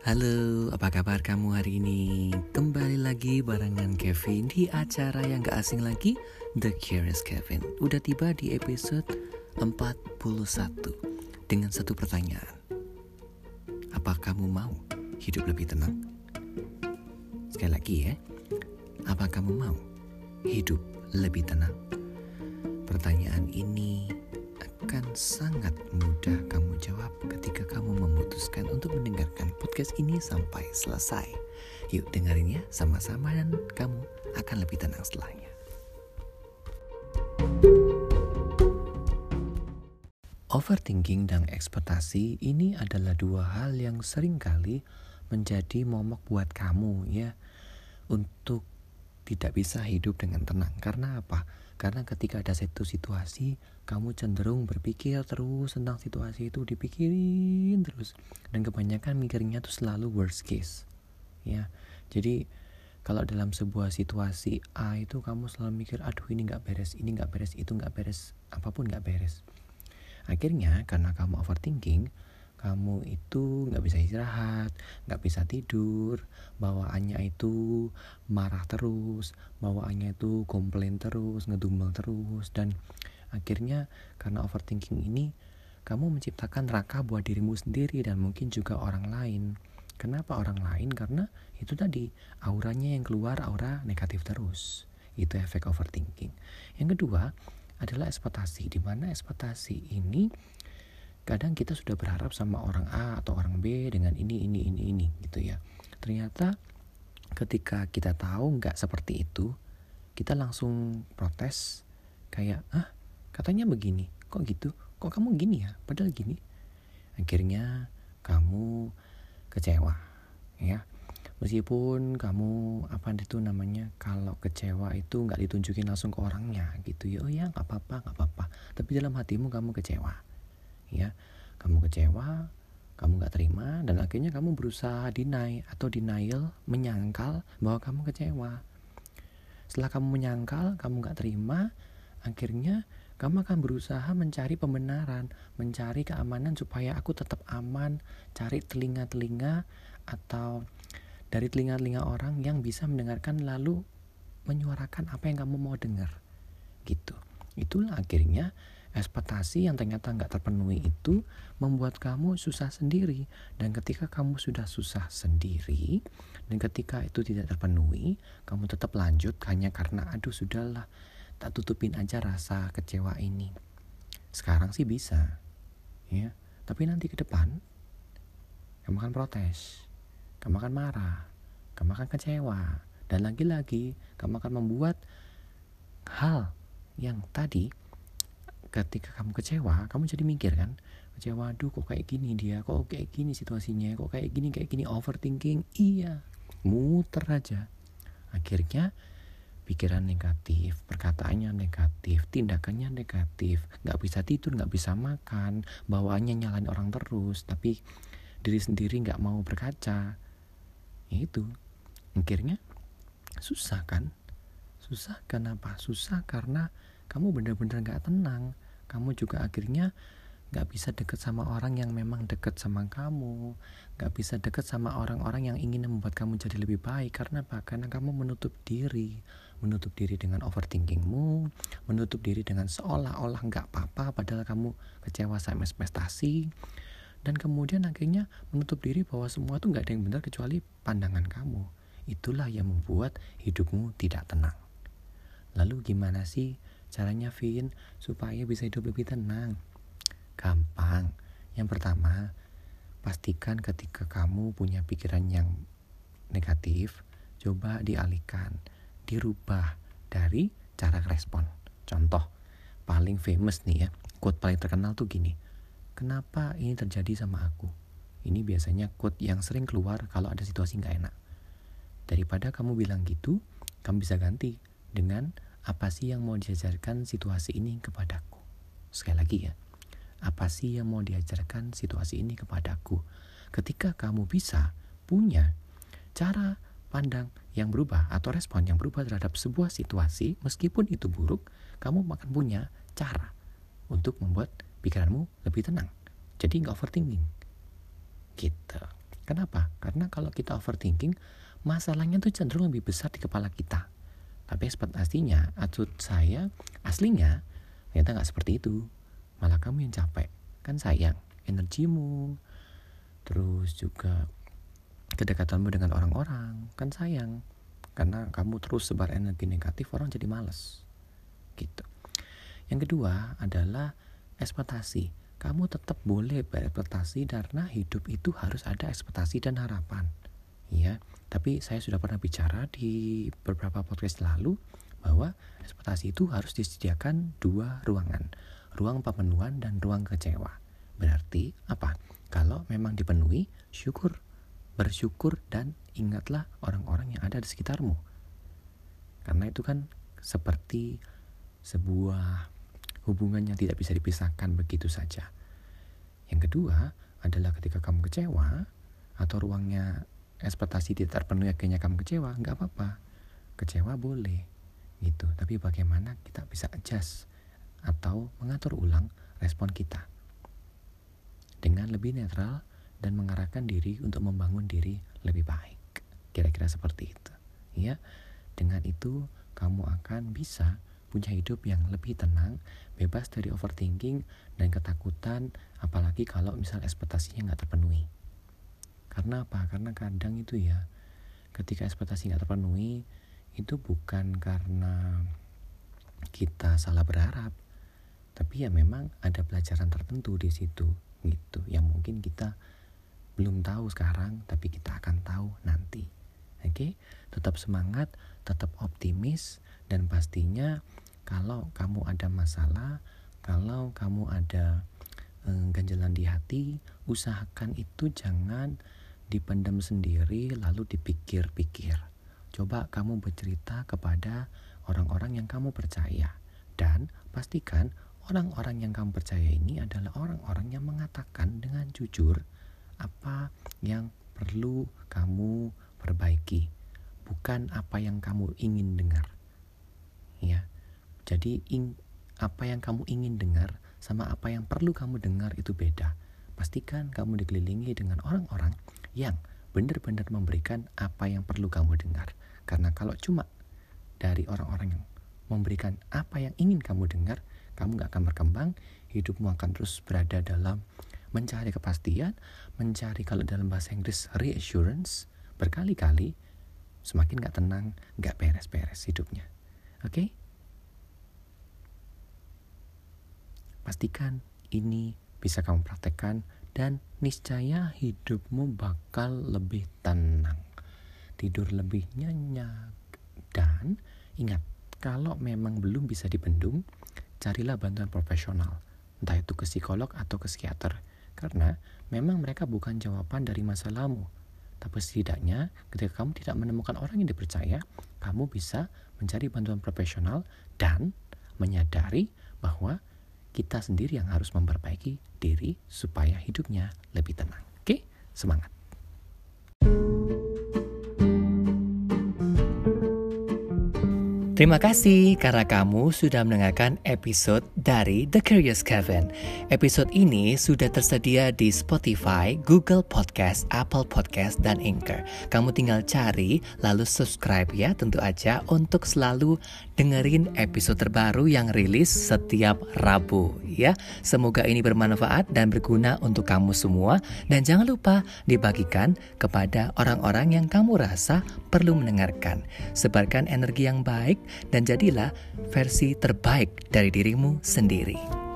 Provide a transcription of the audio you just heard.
Halo, apa kabar kamu hari ini? Kembali lagi barengan Kevin di acara yang gak asing lagi, The Curious Kevin. Udah tiba di episode 41 dengan satu pertanyaan. Apa kamu mau hidup lebih tenang? Sekali lagi ya, apa kamu mau hidup lebih tenang? Pertanyaan ini akan sangat mudah kamu jawab ketika kamu memutuskan untuk mendengarkan podcast ini sampai selesai. Yuk dengerin ya sama-sama dan kamu akan lebih tenang setelahnya. Overthinking dan ekspektasi ini adalah dua hal yang seringkali menjadi momok buat kamu ya, untuk tidak bisa hidup dengan tenang. Karena apa? Karena ketika ada satu situasi, kamu cenderung berpikir terus tentang situasi itu, dipikirin terus. Dan kebanyakan mikirnya tuh selalu worst case. Ya. Jadi kalau dalam sebuah situasi A itu kamu selalu mikir, aduh ini gak beres, ini gak beres, itu gak beres, apapun gak beres. Akhirnya karena kamu overthinking, kamu itu gak bisa istirahat, gak bisa tidur, bawaannya itu marah terus, bawaannya itu komplain terus, ngedumel terus. Dan akhirnya karena overthinking ini, kamu menciptakan neraka buat dirimu sendiri dan mungkin juga orang lain. Kenapa orang lain? Karena itu tadi, auranya yang keluar aura negatif terus. Itu efek overthinking. Yang kedua adalah ekspektasi, di mana ekspektasi ini kadang kita sudah berharap sama orang A atau orang B dengan ini gitu ya. Ternyata ketika kita tahu nggak seperti itu, kita langsung protes kayak, katanya begini, kok gitu? Kok kamu gini ya? Padahal gini. Akhirnya kamu kecewa ya. Meskipun kamu kalau kecewa itu nggak ditunjukin langsung ke orangnya gitu ya. Oh ya nggak apa-apa. Tapi dalam hatimu kamu kecewa. Ya, kamu kecewa, kamu gak terima, dan akhirnya kamu berusaha denial, menyangkal bahwa kamu kecewa. Setelah kamu menyangkal, kamu gak terima, akhirnya kamu akan berusaha mencari pembenaran, mencari keamanan supaya aku tetap aman, cari telinga-telinga atau dari telinga-telinga orang yang bisa mendengarkan lalu menyuarakan apa yang kamu mau dengar gitu. Itulah akhirnya ekspektasi yang ternyata gak terpenuhi itu membuat kamu susah sendiri. Dan ketika kamu sudah susah sendiri, dan ketika itu tidak terpenuhi, kamu tetap lanjut hanya karena sudahlah, tak tutupin aja rasa kecewa ini. Sekarang sih bisa ya, tapi nanti ke depan kamu akan protes, kamu akan marah, kamu akan kecewa, dan lagi-lagi kamu akan membuat hal yang tadi. Ketika kamu kecewa, kamu jadi mikir kan, kecewa, aduh kok kayak gini dia, kok kayak gini situasinya, kok kayak gini, overthinking. Iya, muter aja. Akhirnya pikiran negatif, perkataannya negatif, tindakannya negatif, gak bisa tidur, gak bisa makan, bawaannya nyalain orang terus, tapi diri sendiri gak mau berkaca. Ya itu, akhirnya susah kan? Susah kenapa? Susah karena kamu benar-benar gak tenang. Kamu juga akhirnya gak bisa dekat sama orang yang memang dekat sama kamu. Gak bisa dekat sama orang-orang yang ingin membuat kamu jadi lebih baik. Karena apa? Karena kamu menutup diri. Menutup diri dengan overthinkingmu, menutup diri dengan seolah-olah gak apa-apa padahal kamu kecewa sama ekspektasi. Dan kemudian akhirnya menutup diri bahwa semua itu gak ada yang benar kecuali pandangan kamu. Itulah yang membuat hidupmu tidak tenang. Lalu gimana sih caranya, Vin, supaya bisa hidup lebih tenang? Gampang. Yang pertama, pastikan ketika kamu punya pikiran yang negatif, coba dialihkan, dirubah dari cara respon. Contoh paling famous nih ya, quote paling terkenal tuh gini, kenapa ini terjadi sama aku? Ini biasanya quote yang sering keluar kalau ada situasi gak enak. Daripada kamu bilang gitu, kamu bisa ganti dengan, apa sih yang mau diajarkan situasi ini kepadaku? Sekali lagi ya, apa sih yang mau diajarkan situasi ini kepadaku? Ketika kamu bisa punya cara pandang yang berubah atau respon yang berubah terhadap sebuah situasi, meskipun itu buruk, kamu akan punya cara untuk membuat pikiranmu lebih tenang. Jadi nggak overthinking gitu. Kenapa? Karena kalau kita overthinking, masalahnya tuh cenderung lebih besar di kepala kita. Tapi ekspektasinya, aslinya ternyata nggak seperti itu. Malah kamu yang capek. Kan sayang energimu, terus juga kedekatanmu dengan orang-orang. Kan sayang. Karena kamu terus sebar energi negatif, orang jadi malas. Gitu. Yang kedua adalah ekspektasi. Kamu tetap boleh berekspektasi karena hidup itu harus ada ekspektasi dan harapan. Ya, tapi saya sudah pernah bicara di beberapa podcast lalu bahwa ekspektasi itu harus disediakan 2 ruangan. Ruang pemenuhan dan ruang kecewa. Berarti apa? Kalau memang dipenuhi, bersyukur dan ingatlah orang-orang yang ada di sekitarmu. Karena itu kan seperti sebuah hubungan yang tidak bisa dipisahkan begitu saja. Yang kedua adalah ketika kamu kecewa atau ruangnya ekspektasi tidak terpenuhi akhirnya kamu kecewa, nggak apa-apa. Kecewa boleh gitu, tapi bagaimana kita bisa adjust atau mengatur ulang respon kita dengan lebih netral dan mengarahkan diri untuk membangun diri lebih baik. Kira-kira seperti itu. Ya, dengan itu kamu akan bisa punya hidup yang lebih tenang, bebas dari overthinking dan ketakutan, apalagi kalau misal ekspektasinya nggak terpenuhi. Karena apa? Karena kadang itu ya, ketika ekspektasi nggak terpenuhi, itu bukan karena kita salah berharap, tapi ya memang ada pelajaran tertentu di situ, gitu, yang mungkin kita belum tahu sekarang, tapi kita akan tahu nanti. Oke? Tetap semangat, tetap optimis, dan pastinya kalau kamu ada masalah, kalau kamu ada ganjalan di hati, usahakan itu jangan dipendam sendiri lalu dipikir-pikir. Coba kamu bercerita kepada orang-orang yang kamu percaya, dan pastikan orang-orang yang kamu percaya ini adalah orang-orang yang mengatakan dengan jujur apa yang perlu kamu perbaiki, bukan apa yang kamu ingin dengar. Ya, jadi apa yang kamu ingin dengar sama apa yang perlu kamu dengar itu beda. Pastikan kamu dikelilingi dengan orang-orang yang benar-benar memberikan apa yang perlu kamu dengar. Karena kalau cuma dari orang-orang yang memberikan apa yang ingin kamu dengar, kamu gak akan berkembang, hidupmu akan terus berada dalam mencari kepastian, mencari kalau dalam bahasa Inggris reassurance, berkali-kali, semakin gak tenang, gak beres-beres hidupnya. Oke? Pastikan ini bisa kamu praktekkan dan niscaya hidupmu bakal lebih tenang, tidur lebih nyenyak. Dan ingat, kalau memang belum bisa dibendung, carilah bantuan profesional, entah itu ke psikolog atau ke psikiater, karena memang mereka bukan jawaban dari masalahmu. Tapi setidaknya ketika kamu tidak menemukan orang yang dipercaya, kamu bisa mencari bantuan profesional dan menyadari bahwa kita sendiri yang harus memperbaiki diri supaya hidupnya lebih tenang. Oke? Semangat. Terima kasih karena kamu sudah mendengarkan episode dari The Curious Kevin. Episode ini sudah tersedia di Spotify, Google Podcast, Apple Podcast, dan Anchor. Kamu tinggal cari lalu subscribe ya, tentu aja untuk selalu dengerin episode terbaru yang rilis setiap Rabu ya. Semoga ini bermanfaat dan berguna untuk kamu semua, dan jangan lupa dibagikan kepada orang-orang yang kamu rasa perlu mendengarkan. Sebarkan energi yang baik dan jadilah versi terbaik dari dirimu sendiri.